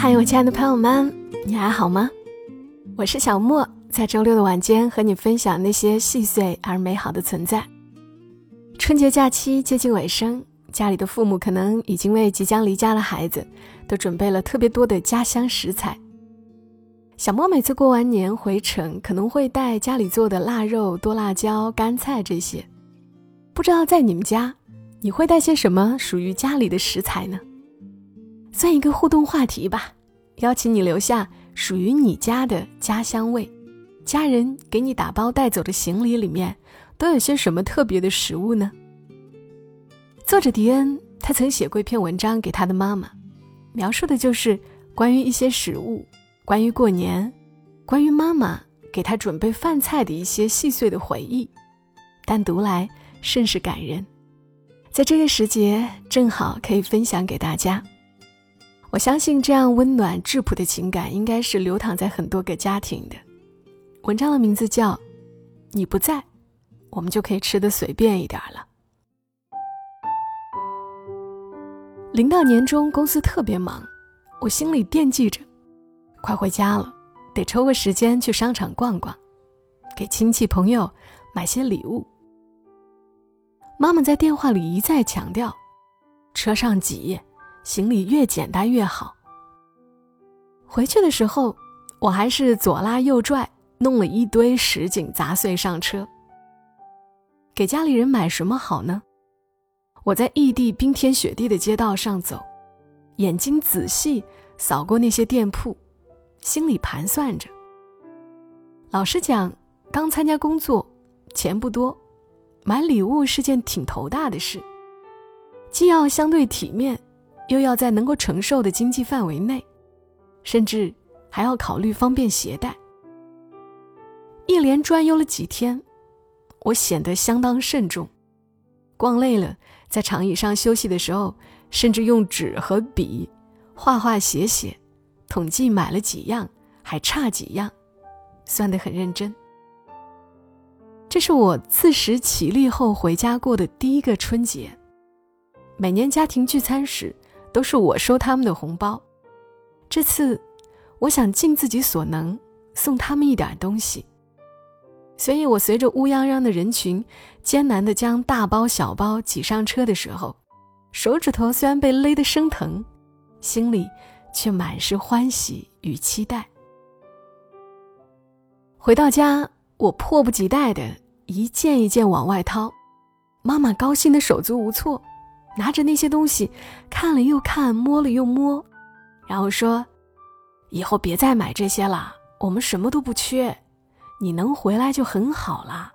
嗨，我亲爱的朋友们，你还好吗？我是小莫，在周六的晚间和你分享那些细碎而美好的存在。春节假期接近尾声，家里的父母可能已经为即将离家的孩子都准备了特别多的家乡食材。小莫每次过完年回城，可能会带家里做的腊肉、多辣椒、干菜这些。不知道在你们家，你会带些什么属于家里的食材呢？算一个互动话题吧，邀请你留下属于你家的家乡味。家人给你打包带走的行李里面都有些什么特别的食物呢？作者迪恩他曾写过一篇文章给他的妈妈，描述的就是关于一些食物，关于过年，关于妈妈给他准备饭菜的一些细碎的回忆，但读来甚是感人。在这个时节正好可以分享给大家。我相信这样温暖质朴的情感应该是流淌在很多个家庭的。文章的名字叫你不在，我们就可以吃得随便一点了。临到年终，公司特别忙，我心里惦记着快回家了，得抽个时间去商场逛逛，给亲戚朋友买些礼物。妈妈在电话里一再强调，车上挤，行李越简单越好。回去的时候，我还是左拉右拽，弄了一堆什锦杂碎上车。给家里人买什么好呢？我在异地冰天雪地的街道上走，眼睛仔细扫过那些店铺，心里盘算着。老实讲，刚参加工作，钱不多，买礼物是件挺头大的事，既要相对体面，又要在能够承受的经济范围内，甚至还要考虑方便携带。一连转悠了几天，我显得相当慎重，逛累了，在长椅上休息的时候，甚至用纸和笔画画写写，统计买了几样，还差几样，算得很认真。这是我自食其力后回家过的第一个春节。每年家庭聚餐时，都是我收他们的红包。这次，我想尽自己所能，送他们一点东西。所以我随着乌泱泱的人群，艰难地将大包小包挤上车的时候，手指头虽然被勒得生疼，心里却满是欢喜与期待。回到家，我迫不及待地一件一件往外掏，妈妈高兴得手足无措，拿着那些东西看了又看，摸了又摸，然后说，以后别再买这些了，我们什么都不缺，你能回来就很好啦。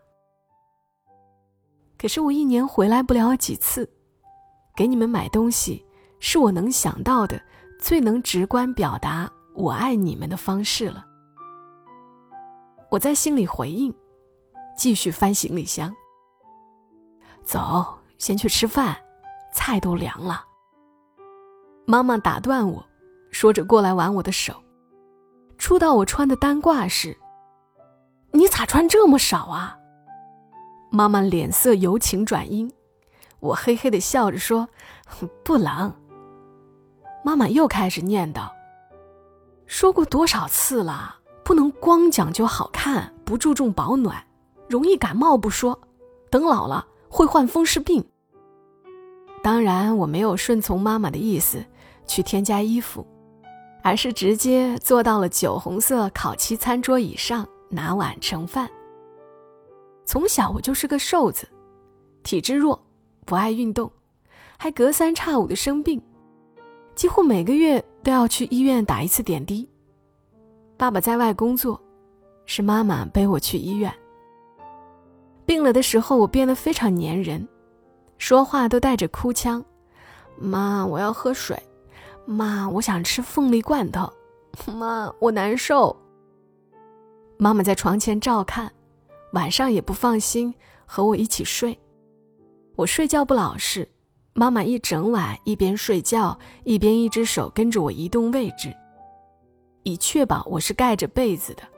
可是我一年回来不了几次，给你们买东西是我能想到的最能直观表达我爱你们的方式了。我在心里回应，继续翻行李箱。走，先去吃饭，菜都凉了。妈妈打断我，说着过来挽我的手，触到我穿的单褂时，你咋穿这么少啊？妈妈脸色由晴转阴，我嘿嘿地笑着说，不冷。妈妈又开始念叨，说过多少次了，不能光讲究好看，不注重保暖，容易感冒不说，等老了会患风湿病。当然我没有顺从妈妈的意思去添加衣服，而是直接坐到了酒红色烤漆餐桌椅上，拿碗盛饭。从小我就是个瘦子，体质弱，不爱运动，还隔三差五的生病，几乎每个月都要去医院打一次点滴。爸爸在外工作，是妈妈背我去医院。病了的时候，我变得非常粘人，说话都带着哭腔，妈，我要喝水，妈，我想吃凤梨罐头，妈，我难受。妈妈在床前照看，晚上也不放心和我一起睡。我睡觉不老实，妈妈一整晚一边睡觉，一边一只手跟着我移动位置，以确保我是盖着被子的。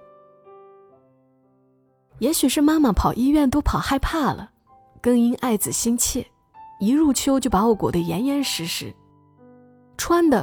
也许是妈妈跑医院都跑害怕了，更因爱子心切，一入秋就把我裹得严严实实，穿的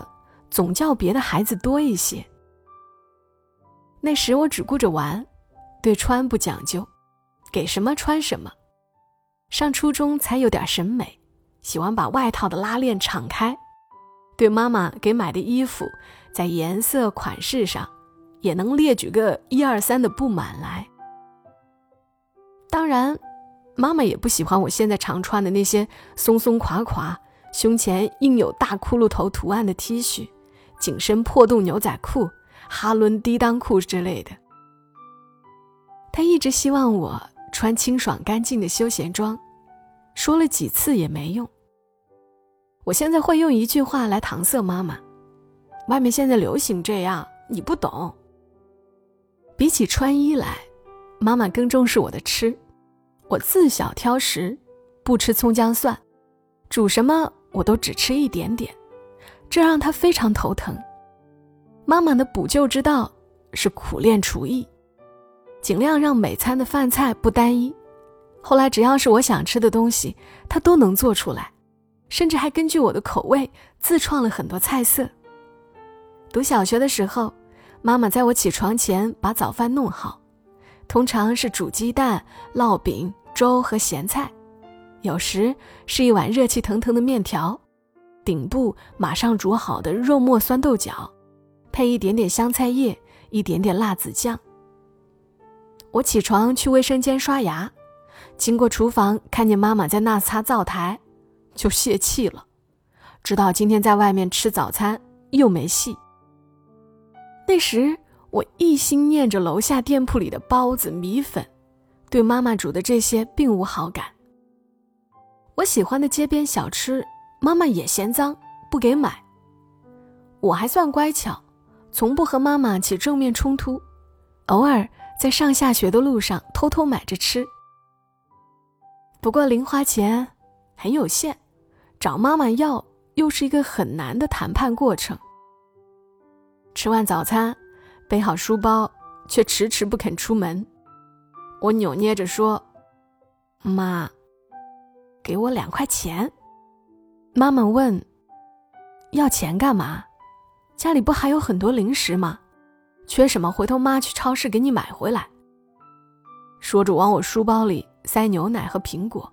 总叫别的孩子多一些。那时我只顾着玩，对穿不讲究，给什么穿什么。上初中才有点审美，喜欢把外套的拉链敞开，对妈妈给买的衣服在颜色款式上也能列举个1、2、3的不满来。当然妈妈也不喜欢我现在常穿的那些松松垮垮，胸前印有大骷髅头图案的 T 恤，紧身破洞牛仔裤，哈伦低裆裤之类的。她一直希望我穿清爽干净的休闲装，说了几次也没用。我现在会用一句话来搪塞妈妈，外面现在流行这样，你不懂。比起穿衣来，妈妈更重视我的吃。我自小挑食，不吃葱姜蒜，煮什么我都只吃一点点，这让她非常头疼。妈妈的补救之道是苦练厨艺，尽量让每餐的饭菜不单一。后来只要是我想吃的东西，她都能做出来，甚至还根据我的口味自创了很多菜色。读小学的时候，妈妈在我起床前把早饭弄好，通常是煮鸡蛋、烙饼、粥和咸菜，有时是一碗热气腾腾的面条，顶部马上煮好的肉末酸豆角，配一点点香菜叶，一点点辣子酱。我起床去卫生间刷牙，经过厨房看见妈妈在那擦灶台，就泄气了，知道今天在外面吃早餐又没戏。那时我一心念着楼下店铺里的包子米粉，对妈妈煮的这些并无好感。我喜欢的街边小吃，妈妈也嫌脏，不给买。我还算乖巧，从不和妈妈起正面冲突，偶尔在上下学的路上偷偷买着吃。不过零花钱很有限，找妈妈要又是一个很难的谈判过程。吃完早餐，背好书包，却迟迟不肯出门。我扭捏着说：“妈，给我2块钱。”妈妈问：“要钱干嘛？家里不还有很多零食吗？缺什么回头妈去超市给你买回来。”说着往我书包里塞牛奶和苹果。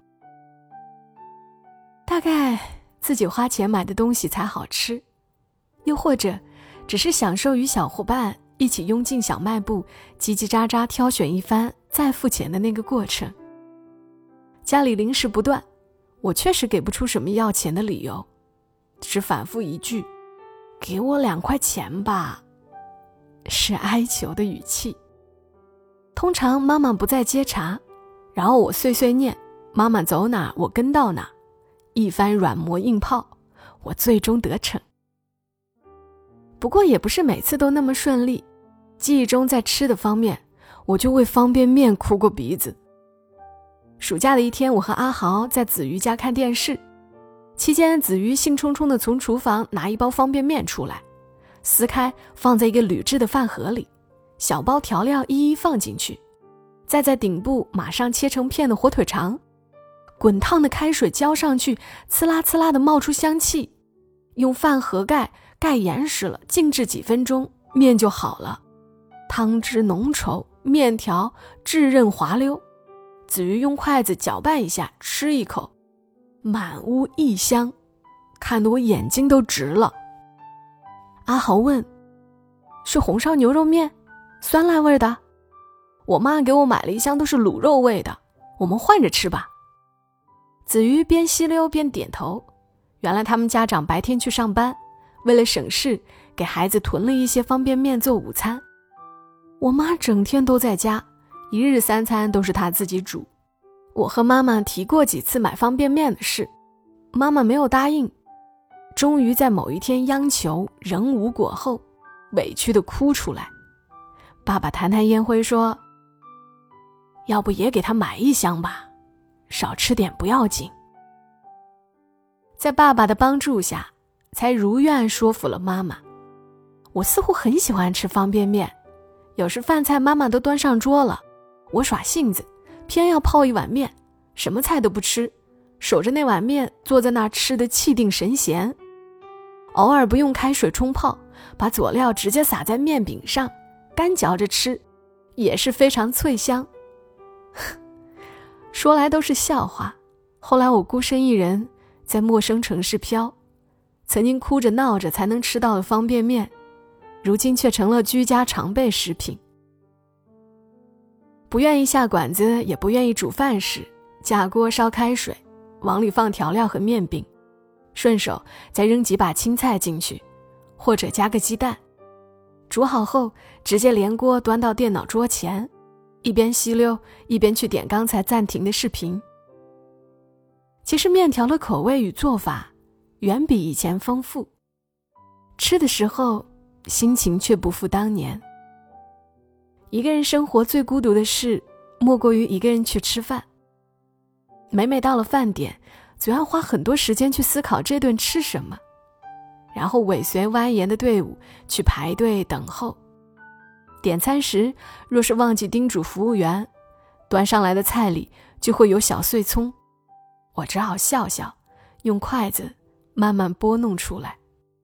大概自己花钱买的东西才好吃，又或者只是享受与小伙伴一起拥进小卖部，叽叽喳喳挑选一番再付钱的那个过程。家里零食不断，我确实给不出什么要钱的理由，只反复一句：“给我2块钱吧。”是哀求的语气。通常妈妈不在接茬，然后我碎碎念，妈妈走哪我跟到哪，一番软磨硬泡，我最终得逞。不过也不是每次都那么顺利，记忆中在吃的方面，我就为方便面哭过鼻子。暑假的一天，我和阿豪在子瑜家看电视，期间子瑜兴冲冲地从厨房拿一包方便面出来，撕开放在一个铝制的饭盒里，小包调料一一放进去，再在顶部马上切成片的火腿肠，滚烫的开水浇上去，呲啦呲啦地冒出香气，用饭盒盖严实了，静置几分钟，面就好了。汤汁浓稠，面条炙韧滑溜。子瑜用筷子搅拌一下，吃一口，满屋异香，看得我眼睛都直了。阿豪问：“是红烧牛肉面？酸辣味的？我妈给我买了一箱都是卤肉味的，我们换着吃吧。”子瑜边吸溜边点头。原来他们家长白天去上班，为了省事，给孩子囤了一些方便面做午餐。我妈整天都在家，1日3餐都是她自己煮。我和妈妈提过几次买方便面的事，妈妈没有答应。终于在某一天央求仍无果后，委屈地哭出来。爸爸弹弹烟灰说：“要不也给他买1箱吧，少吃点不要紧。”在爸爸的帮助下，才如愿说服了妈妈。我似乎很喜欢吃方便面，有时饭菜妈妈都端上桌了，我耍性子，偏要泡一碗面，什么菜都不吃，守着那碗面坐在那儿吃得气定神闲。 偶尔不用开水冲泡，把佐料直接撒在面饼上，干嚼着吃，也是非常脆香。说来都是笑话，后来我孤身一人在陌生城市飘，曾经哭着闹着才能吃到的方便面，如今却成了居家常备食品。不愿意下馆子，也不愿意煮饭时，架锅烧开水，往里放调料和面饼，顺手再扔几把青菜进去，或者加个鸡蛋，煮好后直接连锅端到电脑桌前，一边吸溜一边去点刚才暂停的视频。其实面条的口味与做法远比以前丰富，吃的时候心情却不复当年。一个人生活最孤独的事，莫过于一个人去吃饭。每到了饭点，总要花很多时间去思考这顿吃什么，然后尾随蜿蜒的队伍去排队等候。点餐时，若是忘记叮嘱服务员，端上来的菜里就会有小碎葱，我只好笑笑，用筷子慢慢拨弄出来。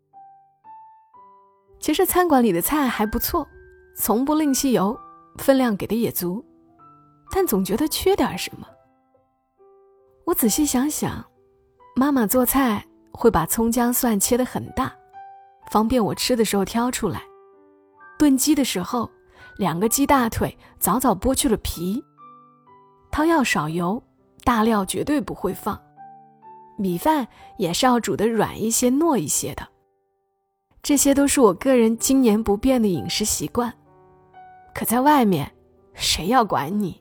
其实餐馆里的菜还不错，从不吝惜油，分量给的也足，但总觉得缺点什么。我仔细想想，妈妈做菜会把葱姜蒜切得很大，方便我吃的时候挑出来。炖鸡的时候，2个鸡大腿早早剥去了皮。汤要少油，大料绝对不会放。米饭也是要煮得软一些糯一些的。这些都是我个人经年不变的饮食习惯，可在外面谁要管你。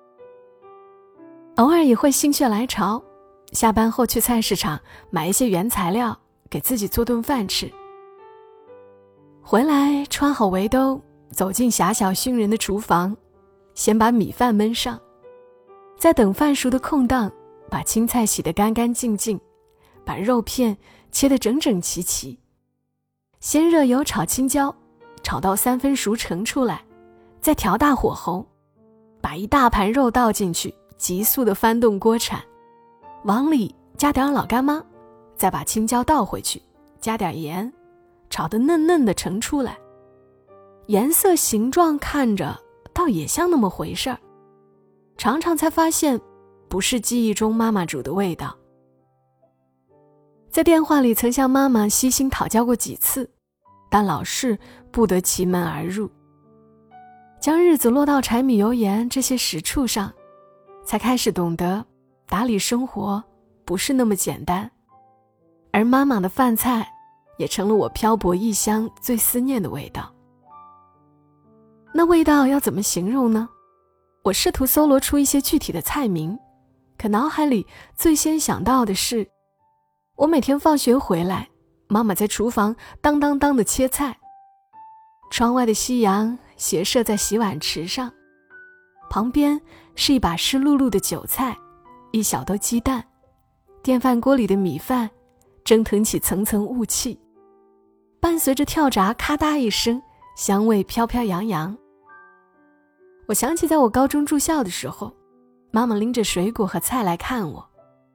偶尔也会心血来潮，下班后去菜市场买一些原材料，给自己做顿饭吃。回来穿好围兜，走进狭小熏人的厨房，先把米饭焖上，在等饭熟的空档，把青菜洗得干干净净，把肉片切得整整齐齐。先热油炒青椒，炒到3分熟成出来，再调大火候，把一大盘肉倒进去，急速地翻动锅铲，往里加点老干妈，再把青椒倒回去，加点盐，炒得嫩嫩的盛出来。颜色形状看着倒也像那么回事儿，尝尝才发现不是记忆中妈妈煮的味道。在电话里曾向妈妈悉心讨教过几次，但老是不得其门而入。将日子落到柴米油盐这些实处上，才开始懂得打理生活不是那么简单，而妈妈的饭菜也成了我漂泊异乡最思念的味道。那味道要怎么形容呢？我试图搜罗出一些具体的菜名，可脑海里最先想到的是，我每天放学回来，妈妈在厨房当当当地切菜，窗外的夕阳斜射在洗碗池上，旁边是一把湿漉漉的韭菜，一小兜鸡蛋，电饭锅里的米饭蒸腾起层层雾气，伴随着跳闸咔嗒一声，香味飘飘扬扬。我想起在我高中住校的时候，妈妈拎着水果和菜来看我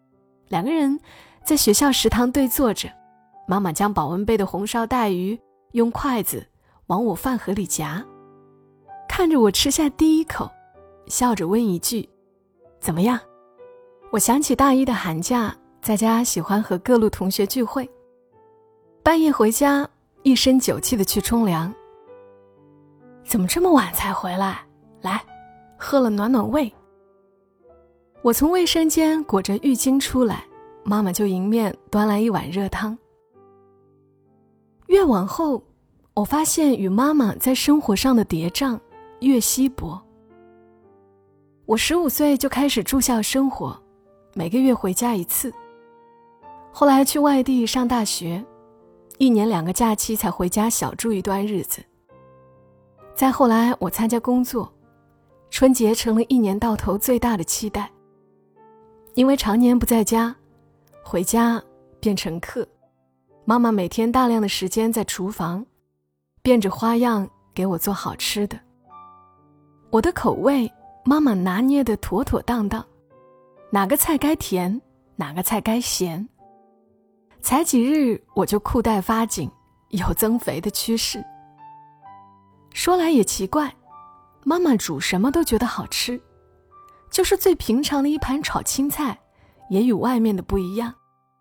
，2个人在学校食堂对坐着，妈妈将保温杯的红烧带鱼用筷子往我饭盒里夹，看着我吃下第一口，笑着问一句：怎么样？我想起大一的寒假，在家喜欢和各路同学聚会，半夜回家，一身酒气的去冲凉。怎么这么晚才回来？来，喝了暖暖胃。我从卫生间裹着浴巾出来，妈妈就迎面端来一碗热汤。越往后，我发现与妈妈在生活上的叠嶂越稀薄。我15岁就开始住校生活，每个月回家1次。后来去外地上大学，1年2个假期才回家小住一段日子。再后来我参加工作，春节成了1年到头最大的期待。因为常年不在家，回家变成客，妈妈每天大量的时间在厨房，变着花样给我做好吃的。我的口味，妈妈拿捏得妥妥当当，哪个菜该甜，哪个菜该咸。 才几日我就裤带发紧，有增肥的趋势。说来也奇怪，妈妈煮什么都觉得好吃，就是最平常的一盘炒青菜也与外面的不一样。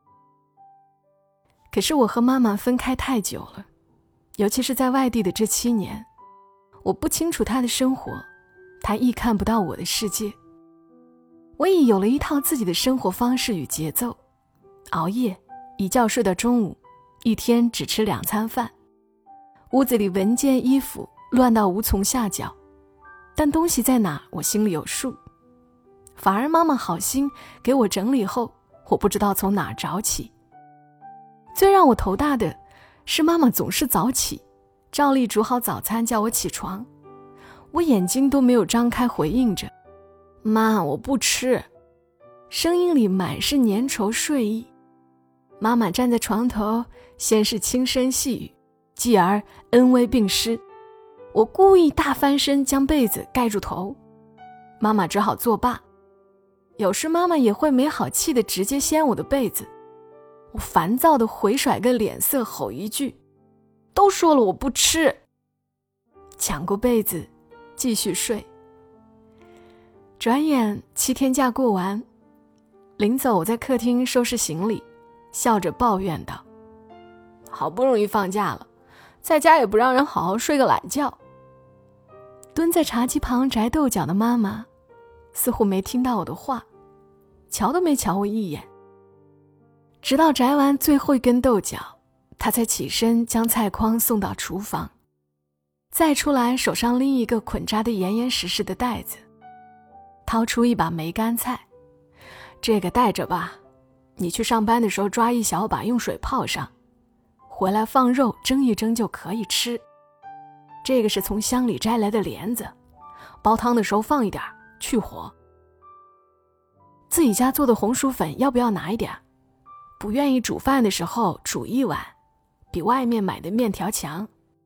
可是我和妈妈分开太久了，尤其是在外地的这7年，我不清楚她的生活，她亦看不到我的世界。我已有了一套自己的生活方式与节奏，熬夜，一觉睡到中午，一天只吃2餐饭，屋子里文件衣服乱到无从下脚，但东西在哪我心里有数。反而妈妈好心给我整理后，我不知道从哪儿找起。最让我头大的是妈妈总是早起，照例煮好早餐叫我起床，我眼睛都没有张开回应着，妈，我不吃，声音里满是粘稠睡意。妈妈站在床头，先是轻声细语，继而恩威并施。我故意大翻身将被子盖住头，妈妈只好作罢。有时妈妈也会没好气地直接掀我的被子，我烦躁地回甩个脸色，吼一句，都说了我不吃，抢过被子继续睡。转眼7天假过完，临走我在客厅收拾行李，笑着抱怨道，好不容易放假了，在家也不让人好好睡个懒觉。蹲在茶几旁摘豆角的妈妈似乎没听到我的话，瞧都没瞧我一眼。直到摘完最后一根豆角，她才起身将菜筐送到厨房，再出来手上拎一个捆扎得严严实实的袋子，掏出一把梅干菜，这个带着吧，你去上班的时候抓一小把用水泡上，回来放肉蒸一蒸就可以吃。这个是从乡里摘来的莲子，煲汤的时候放一点，去火。自己家做的红薯粉要不要拿一点？不愿意煮饭的时候煮一碗，比外面买的面条强。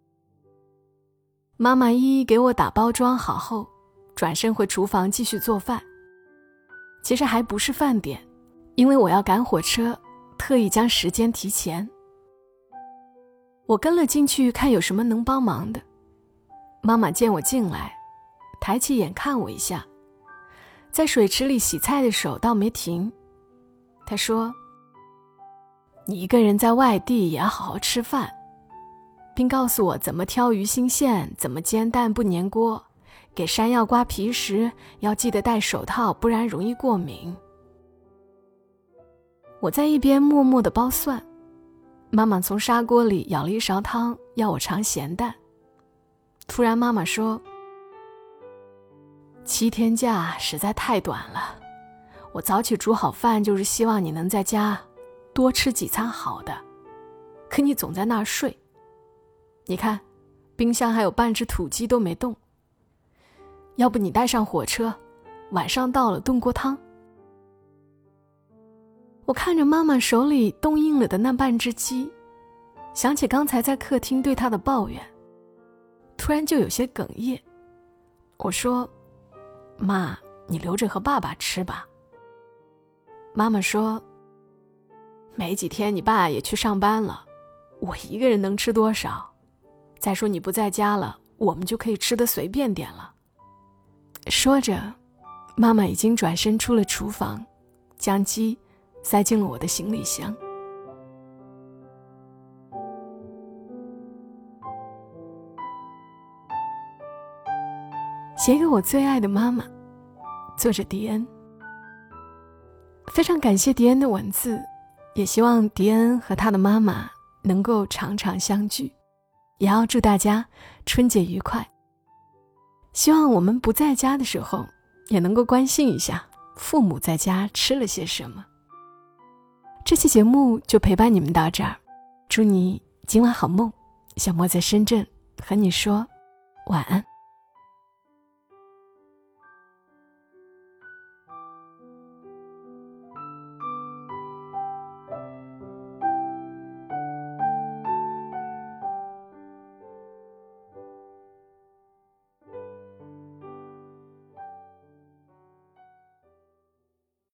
妈妈一一给我打包装好后，转身回厨房继续做饭。其实还不是饭点，因为我要赶火车，特意将时间提前。我跟了进去看有什么能帮忙的。妈妈见我进来，抬起眼看我一下，在水池里洗菜的手倒没停。她说，你一个人在外地也要好好吃饭，并告诉我怎么挑鱼新鲜，怎么煎蛋不粘锅，给山药刮皮时要记得戴手套，不然容易过敏。我在一边默默地剥蒜，妈妈从砂锅里舀了一勺汤，要我尝咸淡。突然妈妈说，7天假实在太短了，我早起煮好饭就是希望你能在家多吃几餐好的，可你总在那儿睡。你看，冰箱还有半只土鸡都没动。要不你带上火车，晚上到了炖锅汤。我看着妈妈手里冻硬了的那半只鸡，想起刚才在客厅对她的抱怨，突然就有些哽咽。我说，妈，你留着和爸爸吃吧。妈妈说，没几天你爸也去上班了，我一个人能吃多少？再说你不在家了，我们就可以吃得随便点了。说着，妈妈已经转身出了厨房，将鸡塞进了我的行李箱。写给我最爱的妈妈，作者迪恩。非常感谢迪恩的文字，也希望迪恩和他的妈妈能够常常相聚，也要祝大家春节愉快。希望我们不在家的时候也能够关心一下父母在家吃了些什么。这期节目就陪伴你们到这儿，祝你今晚好梦。小莫在深圳和你说晚安。